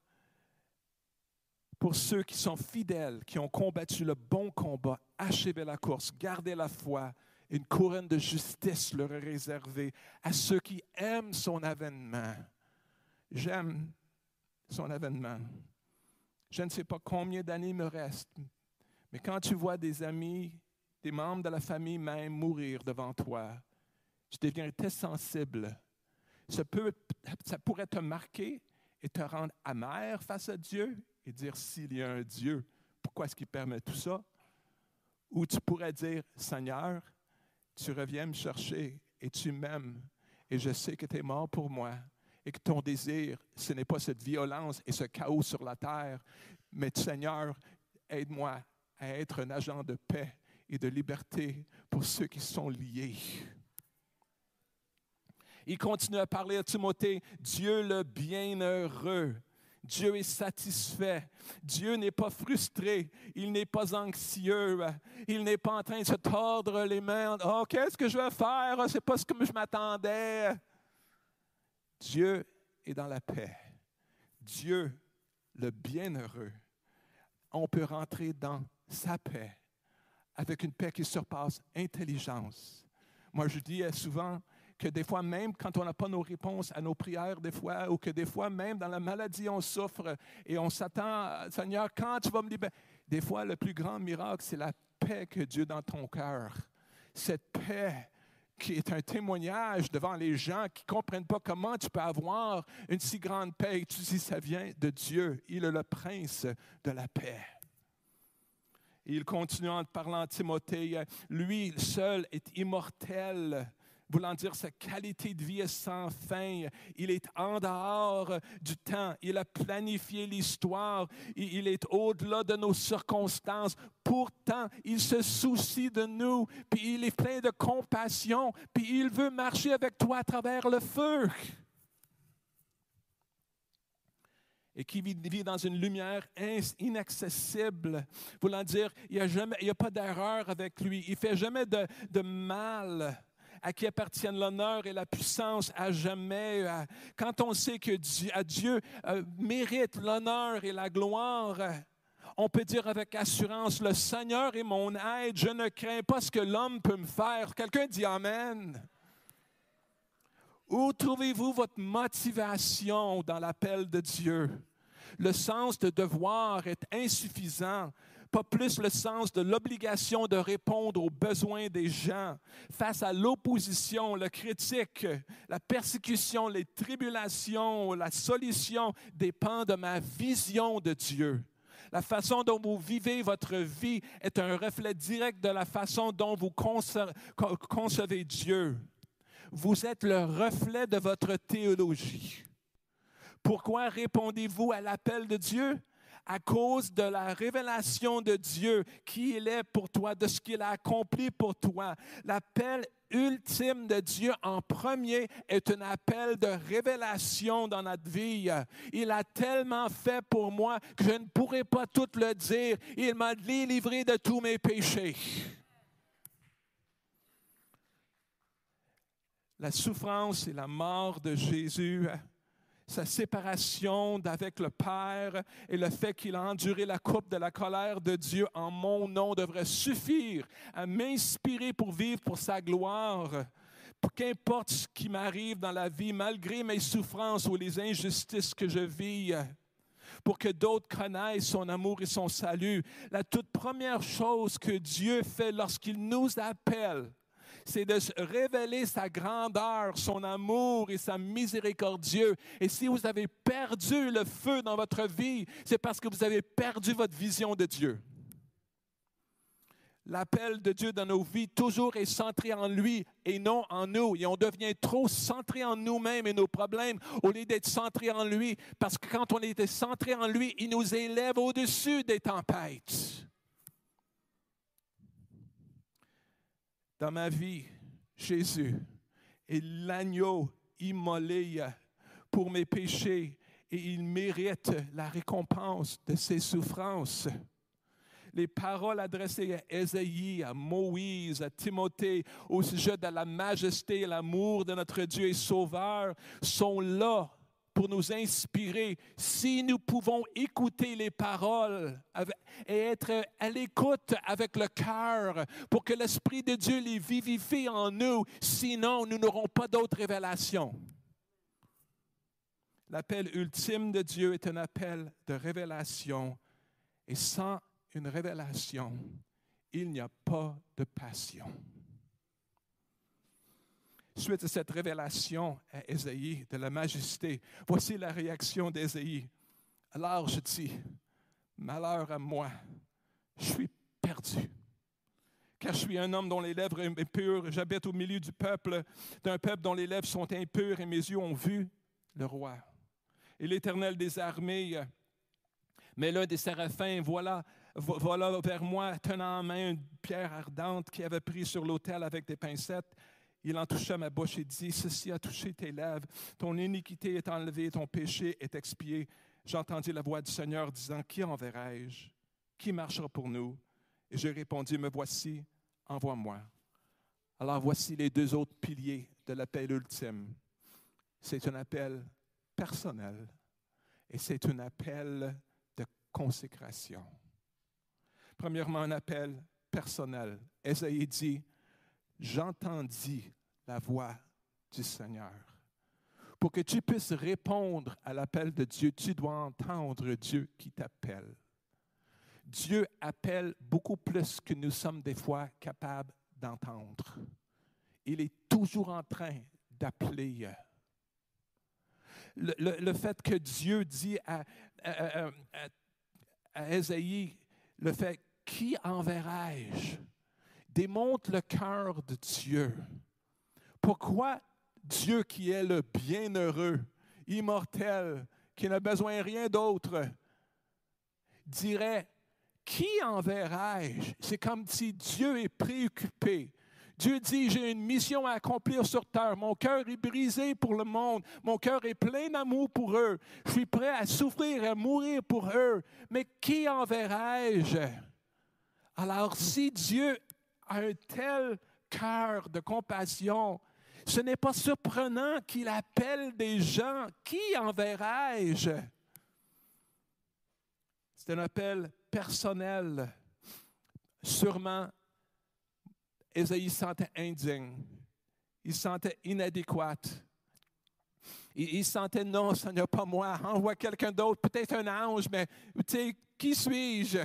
pour ceux qui sont fidèles, qui ont combattu le bon combat, achevé la course, gardé la foi. Une couronne de justice leur est réservée à ceux qui aiment son avènement. J'aime son avènement. Je ne sais pas combien d'années il me reste, mais quand tu vois des amis, des membres de la famille même mourir devant toi, tu deviens très sensible. Ça, peut, ça pourrait te marquer et te rendre amer face à Dieu et dire, s'il y a un Dieu, pourquoi est-ce qu'il permet tout ça? Ou tu pourrais dire, Seigneur, tu reviens me chercher et tu m'aimes et je sais que tu es mort pour moi et que ton désir, ce n'est pas cette violence et ce chaos sur la terre, mais Seigneur, aide-moi à être un agent de paix et de liberté pour ceux qui sont liés. Il continue à parler à Timothée, Dieu le bienheureux. Dieu est satisfait. Dieu n'est pas frustré. Il n'est pas anxieux. Il n'est pas en train de se tordre les mains. « Oh, qu'est-ce que je vais faire? Ce n'est pas ce que je m'attendais. » Dieu est dans la paix. Dieu, le bienheureux, on peut rentrer dans sa paix avec une paix qui surpasse intelligence. Moi, je dis souvent que des fois, même quand on n'a pas nos réponses à nos prières, des fois, ou que des fois, même dans la maladie, on souffre et on s'attend, Seigneur, quand tu vas me libérer? Des fois, le plus grand miracle, c'est la paix que Dieu a dans ton cœur. Cette paix qui est un témoignage devant les gens qui ne comprennent pas comment tu peux avoir une si grande paix. Et tu dis, ça vient de Dieu. Il est le prince de la paix. Et il continue en parlant à Timothée, lui seul est immortel, voulant dire sa qualité de vie est sans fin. Il est en dehors du temps. Il a planifié l'histoire. Il est au-delà de nos circonstances. Pourtant, il se soucie de nous. Puis il est plein de compassion. Puis il veut marcher avec toi à travers le feu. Et qui vit dans une lumière inaccessible, voulant dire, il n'y a, jamais, il n'y a pas d'erreur avec lui. Il ne fait jamais de, de mal. À qui appartiennent l'honneur et la puissance à jamais. Quand on sait que Dieu, Dieu euh, mérite l'honneur et la gloire, on peut dire avec assurance, le Seigneur est mon aide, je ne crains pas ce que l'homme peut me faire. Quelqu'un dit Amen. Où trouvez-vous votre motivation dans l'appel de Dieu? Le sens de devoir est insuffisant. Pas plus le sens de l'obligation de répondre aux besoins des gens. Face à l'opposition, la critique, la persécution, les tribulations, la solution dépend de ma vision de Dieu. La façon dont vous vivez votre vie est un reflet direct de la façon dont vous concevez Dieu. Vous êtes le reflet de votre théologie. Pourquoi répondez-vous à l'appel de Dieu? À cause de la révélation de Dieu, qui il est pour toi, de ce qu'il a accompli pour toi. L'appel ultime de Dieu en premier est un appel de révélation dans notre vie. Il a tellement fait pour moi que je ne pourrais pas tout le dire. Il m'a délivré de tous mes péchés. La souffrance et la mort de Jésus, sa séparation d'avec le Père et le fait qu'il a enduré la coupe de la colère de Dieu en mon nom devrait suffire à m'inspirer pour vivre pour sa gloire. Qu'importe ce qui m'arrive dans la vie, malgré mes souffrances ou les injustices que je vis, pour que d'autres connaissent son amour et son salut. La toute première chose que Dieu fait lorsqu'il nous appelle, c'est de révéler sa grandeur, son amour et sa miséricordieux. Et si vous avez perdu le feu dans votre vie, c'est parce que vous avez perdu votre vision de Dieu. L'appel de Dieu dans nos vies toujours est centré en lui et non en nous. Et on devient trop centré en nous-mêmes et nos problèmes au lieu d'être centré en lui. Parce que quand on était centré en lui, il nous élève au-dessus des tempêtes. Dans ma vie, Jésus est l'agneau immolé pour mes péchés et il mérite la récompense de ses souffrances. Les paroles adressées à Ésaïe, à Moïse, à Timothée, au sujet de la majesté et l'amour de notre Dieu et Sauveur sont là pour nous inspirer. Si nous pouvons écouter les paroles et être à l'écoute avec le cœur pour que l'Esprit de Dieu les vivifie en nous, sinon nous n'aurons pas d'autre révélation. L'appel ultime de Dieu est un appel de révélation et sans une révélation, il n'y a pas de passion. Suite à cette révélation à Ésaïe de la majesté, voici la réaction d'Ésaïe. Alors je dis, malheur à moi, je suis perdu. Car je suis un homme dont les lèvres sont impures, j'habite au milieu du peuple, d'un peuple dont les lèvres sont impures et mes yeux ont vu le roi. Et l'Éternel des armées, mais l'un des séraphins, voilà, voilà vers moi, tenant en main une pierre ardente qu'il avait prise sur l'autel avec des pincettes. Il en toucha ma bouche et dit, « Ceci a touché tes lèvres, ton iniquité est enlevée, ton péché est expié. » J'entendis la voix du Seigneur disant, « Qui enverrai-je? Qui marchera pour nous? » Et j'ai répondu, « Me voici, envoie-moi. » Alors voici les deux autres piliers de l'appel ultime. C'est un appel personnel et c'est un appel de consécration. Premièrement, un appel personnel. Ésaïe dit, « J'entendis la voix du Seigneur. » Pour que tu puisses répondre à l'appel de Dieu, tu dois entendre Dieu qui t'appelle. Dieu appelle beaucoup plus que nous sommes des fois capables d'entendre. Il est toujours en train d'appeler. Le, le, le fait que Dieu dit à, à, à, à Ésaïe, le fait « Qui enverrai-je » démontre le cœur de Dieu. Pourquoi Dieu qui est le bienheureux, immortel, qui n'a besoin de rien d'autre, dirait « Qui enverrai-je » C'est comme si Dieu est préoccupé. Dieu dit, j'ai une mission à accomplir sur terre. Mon cœur est brisé pour le monde. Mon cœur est plein d'amour pour eux. Je suis prêt à souffrir et à mourir pour eux. Mais qui enverrai-je? Alors, si Dieu a un tel cœur de compassion, ce n'est pas surprenant qu'il appelle des gens. Qui enverrai-je? C'est un appel personnel. Sûrement, Ésaïe se sentait indigne. Il se sentait inadéquat. Il, il sentait, non, ce n'est pas moi. Envoie quelqu'un d'autre, peut-être un ange, mais tu sais, qui suis-je?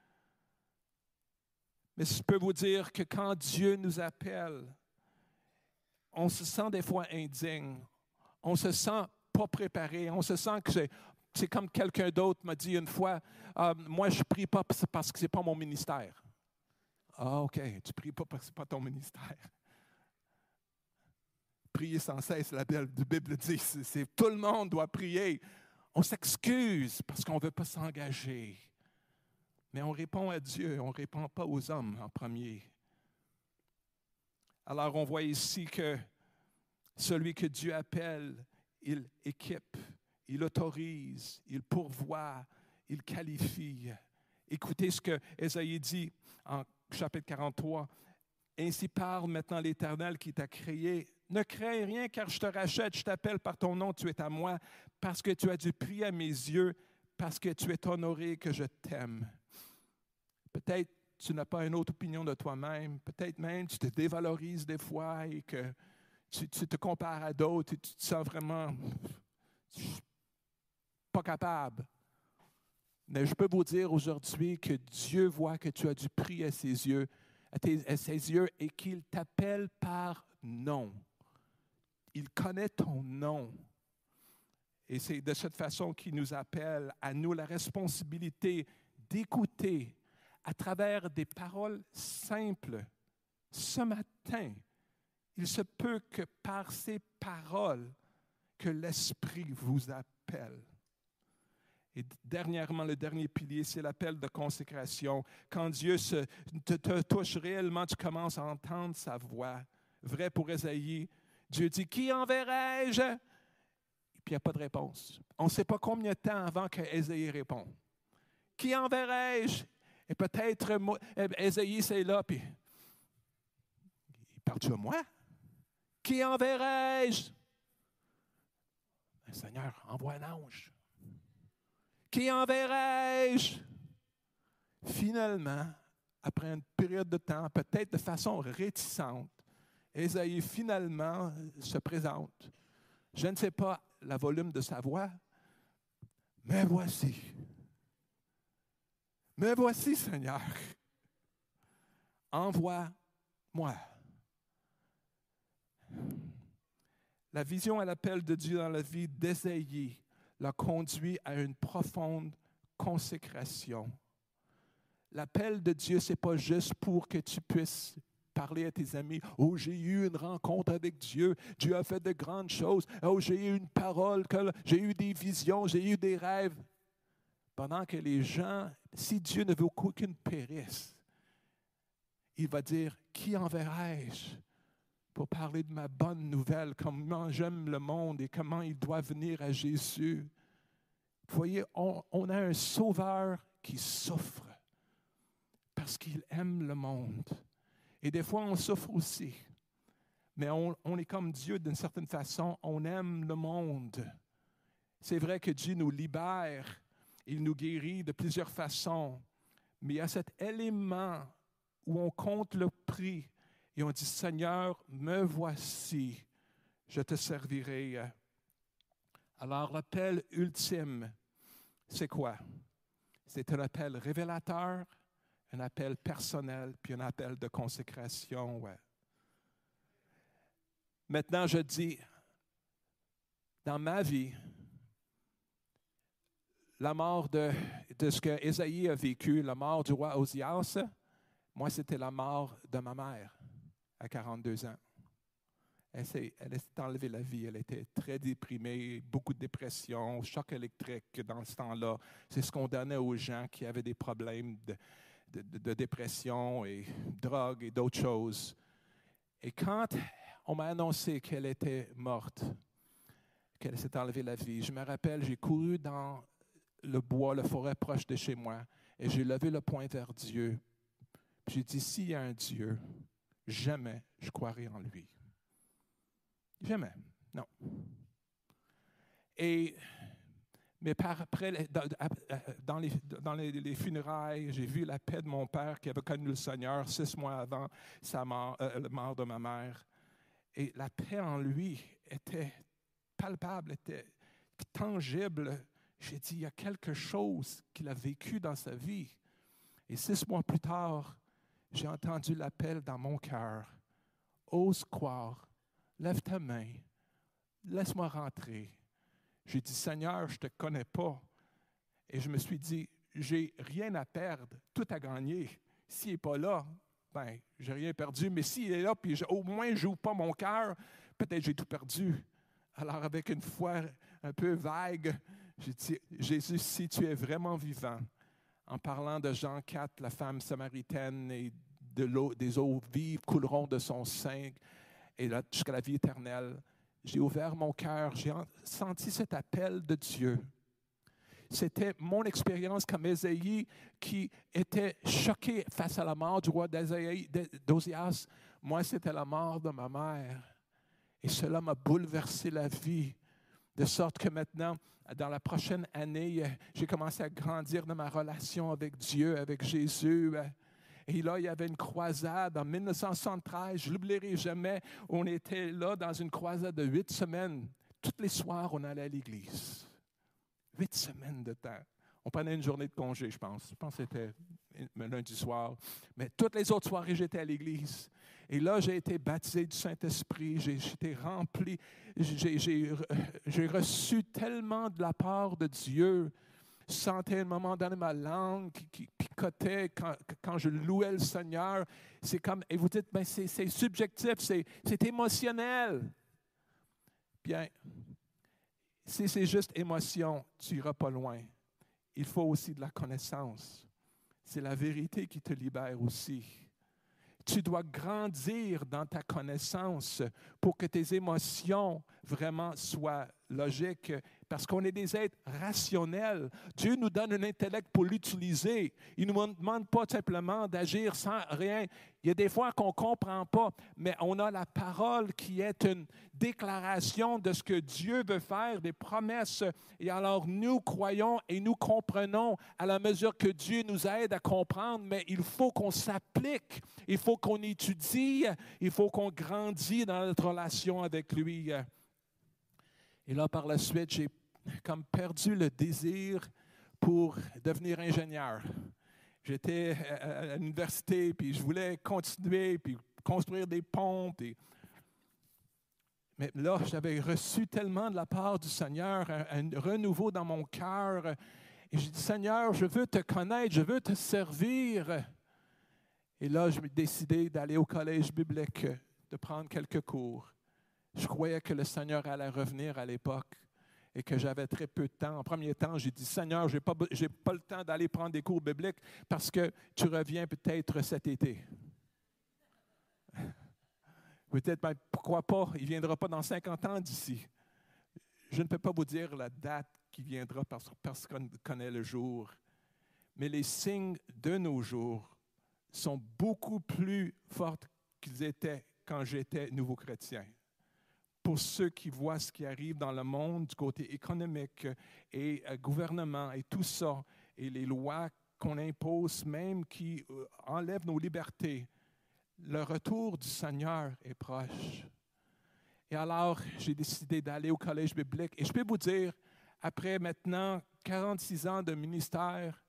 Mais je peux vous dire que quand Dieu nous appelle, on se sent des fois indigne. On se sent pas préparé. On se sent que c'est, c'est comme quelqu'un d'autre m'a dit une fois, euh, moi je ne prie pas parce que ce n'est pas mon ministère. Ah, OK, tu ne pries pas parce que ce n'est pas ton ministère. Prier sans cesse, la Bible dit, c'est, c'est, tout le monde doit prier. On s'excuse parce qu'on ne veut pas s'engager. Mais on répond à Dieu, on ne répond pas aux hommes en premier. Alors on voit ici que celui que Dieu appelle, il équipe, il autorise, il pourvoit, il qualifie. Écoutez ce que Ésaïe dit en chapitre quarante-trois. « Ainsi parle maintenant l'Éternel qui t'a créé. Ne crains rien car je te rachète, je t'appelle par ton nom, tu es à moi, parce que tu as du prix à mes yeux, parce que tu es honoré que je t'aime. » Peut-être tu n'as pas une autre opinion de toi-même. Peut-être même tu te dévalorises des fois et que tu, tu te compares à d'autres et tu te sens vraiment pas capable. Mais je peux vous dire aujourd'hui que Dieu voit que tu as du prix à ses yeux, à, tes, à ses yeux et qu'il t'appelle par nom. Il connaît ton nom. Et c'est de cette façon qu'il nous appelle à nous la responsabilité d'écouter à travers des paroles simples. Ce matin, il se peut que par ces paroles, que l'Esprit vous appelle. Et dernièrement, le dernier pilier, c'est l'appel de consécration. Quand Dieu se, te, te touche réellement, tu commences à entendre sa voix. Vrai pour Ésaïe, Dieu dit, « Qui enverrai-je? » Et puis il n'y a pas de réponse. On ne sait pas combien de temps avant qu'Ésaïe réponde. « Qui enverrai-je? » Et peut-être, Ésaïe, c'est là, puis il parle-tu à moi? Qui enverrai-je? Seigneur, envoie un ange. Qui enverrai-je? Finalement, après une période de temps, peut-être de façon réticente, Ésaïe finalement se présente. Je ne sais pas le volume de sa voix, mais voici. Me voici, Seigneur. Envoie-moi. La vision à l'appel de Dieu dans la vie d'Ésaïe l'a conduit à une profonde consécration. L'appel de Dieu, ce n'est pas juste pour que tu puisses parler à tes amis. « Oh, j'ai eu une rencontre avec Dieu. Dieu a fait de grandes choses. Oh, j'ai eu une parole. J'ai eu des visions. J'ai eu des rêves. » Pendant que les gens, si Dieu ne veut qu'aucune périsse, il va dire, qui enverrai-je pour parler de ma bonne nouvelle, comment j'aime le monde et comment il doit venir à Jésus. Vous voyez, on, on a un sauveur qui souffre parce qu'il aime le monde. Et des fois, on souffre aussi. Mais on, on est comme Dieu d'une certaine façon, on aime le monde. C'est vrai que Dieu nous libère, il nous guérit de plusieurs façons, mais il y a cet élément où on compte le prix et on dit, Seigneur, me voici, je te servirai. Alors l'appel ultime, c'est quoi? C'est un appel révélateur, un appel personnel, puis un appel de consécration. Ouais. Maintenant, je dis, dans ma vie, la mort de, de ce que Ésaïe a vécu, la mort du roi Osias, moi, c'était la mort de ma mère à quarante-deux ans. Elle s'est, elle s'est enlevée la vie. Elle était très déprimée, beaucoup de dépression, choc électrique dans ce temps-là. C'est ce qu'on donnait aux gens qui avaient des problèmes de, de, de, de dépression et drogue et d'autres choses. Et quand on m'a annoncé qu'elle était morte, qu'elle s'est enlevée la vie, je me rappelle, j'ai couru dans le bois, la forêt proche de chez moi, et j'ai levé le poing vers Dieu. Puis j'ai dit, s'il y a un Dieu, jamais je croirai en lui. Jamais, non. Et, mais par après, dans les, dans les, les funérailles, j'ai vu la paix de mon père qui avait connu le Seigneur six mois avant sa mort, euh, la mort de ma mère. Et la paix en lui était palpable, était tangible. J'ai dit, il y a quelque chose qu'il a vécu dans sa vie. Et six mois plus tard, j'ai entendu l'appel dans mon cœur. Ose croire, lève ta main, laisse-moi rentrer. J'ai dit, Seigneur, je ne te connais pas. Et je me suis dit, j'ai rien à perdre, tout à gagner. S'il n'est pas là, ben, j'ai rien perdu. Mais s'il est là, puis je, au moins je n'ouvre pas mon cœur, peut-être j'ai tout perdu. Alors, avec une foi un peu vague, j'ai dit, Jésus, si tu es vraiment vivant, en parlant de Jean quatre, la femme samaritaine, et de l'eau, des eaux vives couleront de son sein et là, jusqu'à la vie éternelle. J'ai ouvert mon cœur, j'ai senti cet appel de Dieu. C'était mon expérience comme Ésaïe qui était choqué face à la mort du roi d'Osias. Moi, c'était la mort de ma mère. Et cela m'a bouleversé la vie. De sorte que maintenant, dans la prochaine année, j'ai commencé à grandir dans ma relation avec Dieu, avec Jésus. Et là, il y avait une croisade en dix-neuf cent soixante-treize, je ne l'oublierai jamais. On était là dans une croisade de huit semaines. Tous les soirs, on allait à l'église. Huit semaines de temps. On prenait une journée de congé, je pense. Je pense que c'était lundi soir. Mais toutes les autres soirées, j'étais à l'église. Et là, j'ai été baptisé du Saint-Esprit. J'ai, j'ai été rempli. J'ai, j'ai, j'ai reçu tellement de la part de Dieu. Je sentais à un moment donné ma langue qui, qui picotait quand, quand je louais le Seigneur. C'est comme, et vous dites, ben c'est, c'est subjectif, c'est, c'est émotionnel. Bien, si c'est juste émotion, tu n'iras pas loin. Il faut aussi de la connaissance. C'est la vérité qui te libère aussi. Tu dois grandir dans ta connaissance pour que tes émotions vraiment soient logiques, parce qu'on est des êtres rationnels. Dieu nous donne un intellect pour l'utiliser. Il ne nous demande pas simplement d'agir sans rien. Il y a des fois qu'on ne comprend pas, mais on a la parole qui est une déclaration de ce que Dieu veut faire, des promesses. Et alors nous croyons et nous comprenons à la mesure que Dieu nous aide à comprendre, mais il faut qu'on s'applique, il faut qu'on étudie, il faut qu'on grandisse dans notre relation avec lui. Et là, par la suite, j'ai comme perdu le désir pour devenir ingénieur. J'étais à l'université, puis je voulais continuer, puis construire des ponts. Puis... Mais là, j'avais reçu tellement de la part du Seigneur, un, un renouveau dans mon cœur. Et j'ai dit, Seigneur, je veux te connaître, je veux te servir. Et là, je me décidé d'aller au collège biblique, de prendre quelques cours. Je croyais que le Seigneur allait revenir à l'époque. et que j'avais très peu de temps. En premier temps, j'ai dit, Seigneur, je n'ai pas, j'ai pas le temps d'aller prendre des cours bibliques parce que tu reviens peut-être cet été. Peut-être, ben, pourquoi pas, il ne viendra pas dans cinquante ans d'ici. Je ne peux pas vous dire la date qui viendra parce, parce qu'on connaît le jour. Mais les signes de nos jours sont beaucoup plus forts qu'ils étaient quand j'étais nouveau chrétien. Pour ceux qui voient ce qui arrive dans le monde du côté économique et euh, gouvernement et tout ça, et les lois qu'on impose même qui euh, enlèvent nos libertés, le retour du Seigneur est proche. Et alors, j'ai décidé d'aller au collège biblique. Et je peux vous dire, après maintenant quarante-six ans de ministère,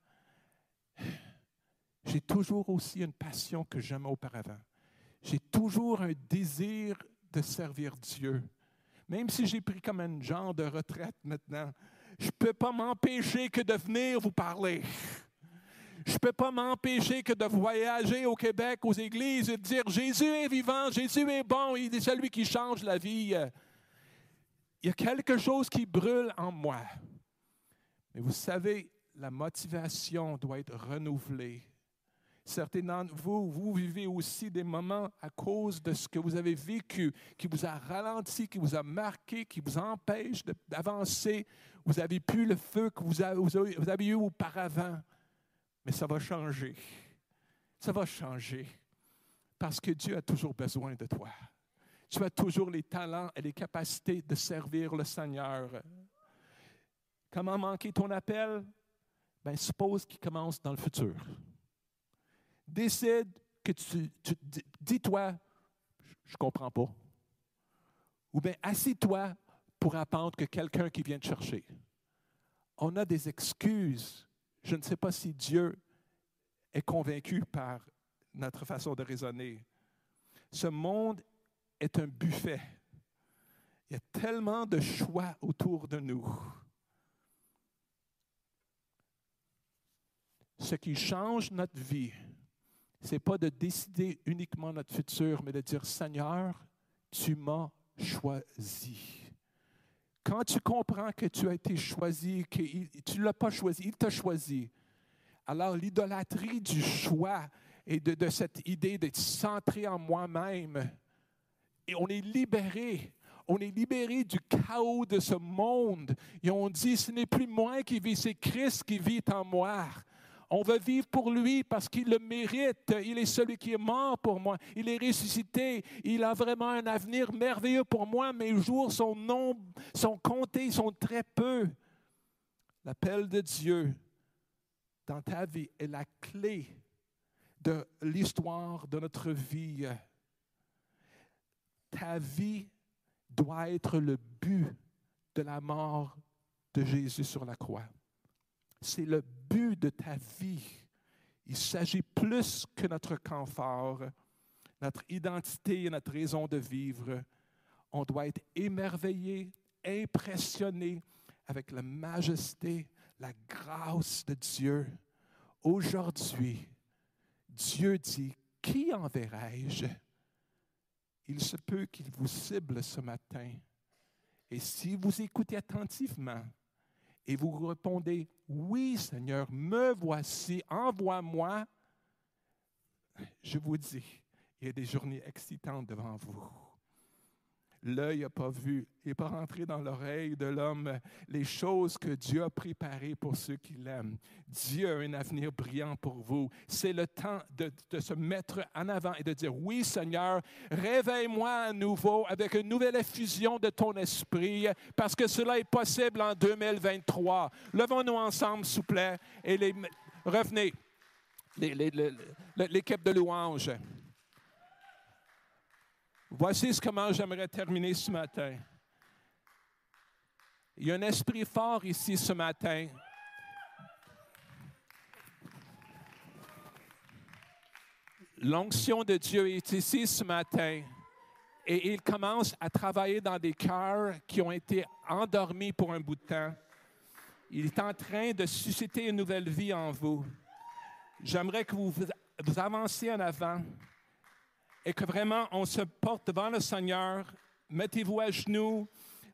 j'ai toujours aussi une passion que jamais auparavant. J'ai toujours un désir de servir Dieu. Même si j'ai pris comme un genre de retraite maintenant, je ne peux pas m'empêcher que de venir vous parler. Je ne peux pas m'empêcher que de voyager au Québec, aux églises, et de dire « Jésus est vivant, Jésus est bon, il est celui qui change la vie. » Il y a quelque chose qui brûle en moi. Mais vous savez, la motivation doit être renouvelée. Certains d'entre vous, vous vivez aussi des moments à cause de ce que vous avez vécu, qui vous a ralenti, qui vous a marqué, qui vous empêche d'avancer. Vous avez plus le feu que vous avez, vous avez eu auparavant. Mais ça va changer. Ça va changer. Parce que Dieu a toujours besoin de toi. Tu as toujours les talents et les capacités de servir le Seigneur. Comment manquer ton appel? Bien, suppose qu'il commence dans le futur. Décide que tu, tu dis-toi, je ne comprends pas. Ou bien, assis-toi pour attendre que quelqu'un qui vient te chercher. On a des excuses. Je ne sais pas si Dieu est convaincu par notre façon de raisonner. Ce monde est un buffet. Il y a tellement de choix autour de nous. Ce qui change notre vie, ce n'est pas de décider uniquement notre futur, mais de dire, Seigneur, tu m'as choisi. Quand tu comprends que tu as été choisi, que tu ne l'as pas choisi, il t'a choisi, alors l'idolâtrie du choix et de, de cette idée d'être centré en moi-même, et on est libéré. On est libéré du chaos de ce monde. Et on dit, ce n'est plus moi qui vis, c'est Christ qui vit en moi. On veut vivre pour lui parce qu'il le mérite. Il est celui qui est mort pour moi. Il est ressuscité. Il a vraiment un avenir merveilleux pour moi. Mes jours sont, non, sont comptés, sont très peu. L'appel de Dieu dans ta vie est la clé de l'histoire de notre vie. Ta vie doit être le but de la mort de Jésus sur la croix. C'est le but de ta vie. Il s'agit plus que notre confort, notre identité et notre raison de vivre. On doit être émerveillé, impressionné avec la majesté, la grâce de Dieu. Aujourd'hui, Dieu dit, qui enverrai-je? Il se peut qu'il vous cible ce matin. Et si vous écoutez attentivement, et vous répondez, oui, Seigneur, me voici, envoie-moi. Je vous dis, il y a des journées excitantes devant vous. L'œil n'a pas vu, il n'est pas rentré dans l'oreille de l'homme les choses que Dieu a préparées pour ceux qui l'aiment. Dieu a un avenir brillant pour vous. C'est le temps de, de se mettre en avant et de dire, oui Seigneur, réveille-moi à nouveau avec une nouvelle effusion de ton esprit, parce que cela est possible en deux mille vingt-trois. Levons-nous ensemble, s'il vous plaît, et les, revenez, les, les, les, l'équipe de louange. Voici comment j'aimerais terminer ce matin. Il y a un esprit fort ici ce matin. L'onction de Dieu est ici ce matin et il commence à travailler dans des cœurs qui ont été endormis pour un bout de temps. Il est en train de susciter une nouvelle vie en vous. J'aimerais que vous vous avanciez en avant. Et que vraiment, on se porte devant le Seigneur. Mettez-vous à genoux.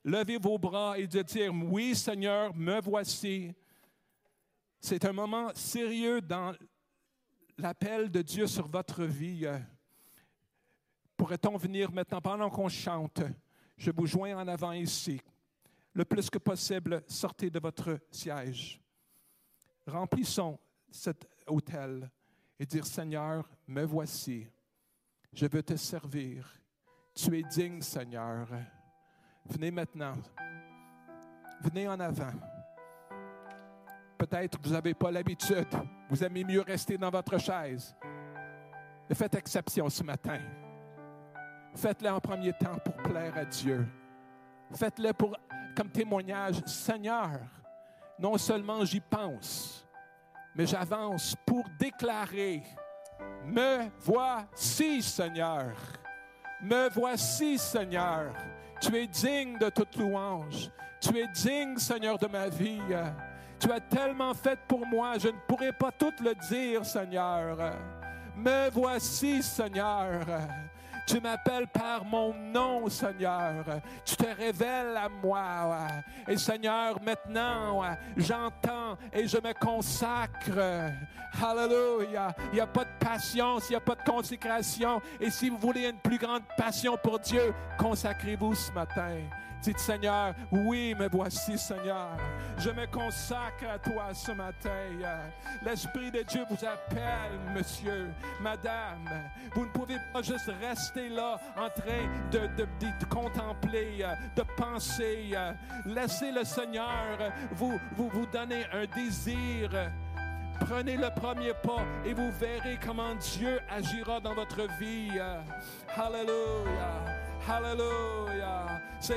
lever vos bras et de dire, oui Seigneur, me voici. C'est un moment sérieux dans l'appel de Dieu sur votre vie. Pourrait-on venir maintenant, pendant qu'on chante, je vous joins en avant ici. Le plus que possible, sortez de votre siège. Remplissons cet autel et dire, Seigneur, me voici. Je veux te servir. Tu es digne, Seigneur. Venez maintenant. Venez en avant. Peut-être que vous n'avez pas l'habitude. Vous aimez mieux rester dans votre chaise. Mais faites exception ce matin. Faites-le en premier temps pour plaire à Dieu. Faites-le pour, comme témoignage. Seigneur, non seulement j'y pense, mais j'avance pour déclarer, me voici, Seigneur. Me voici, Seigneur. Tu es digne de toute louange. Tu es digne, Seigneur, de ma vie. Tu as tellement fait pour moi, je ne pourrais pas tout le dire, Seigneur. Me voici, Seigneur. Tu m'appelles par mon nom, Seigneur. Tu te révèles à moi. Et Seigneur, maintenant, j'entends et je me consacre. Alléluia. Il n'y a pas de patience, il n'y a pas de consécration. Et si vous voulez une plus grande passion pour Dieu, consacrez-vous ce matin. Dites, Seigneur, oui, me voici, Seigneur. Je me consacre à toi ce matin. L'Esprit de Dieu vous appelle, monsieur, madame. Vous ne pouvez pas juste rester là en train de, de, de contempler, de penser. Laissez le Seigneur vous, vous, vous donner un désir. Prenez le premier pas et vous verrez comment Dieu agira dans votre vie. Alléluia. Alléluia.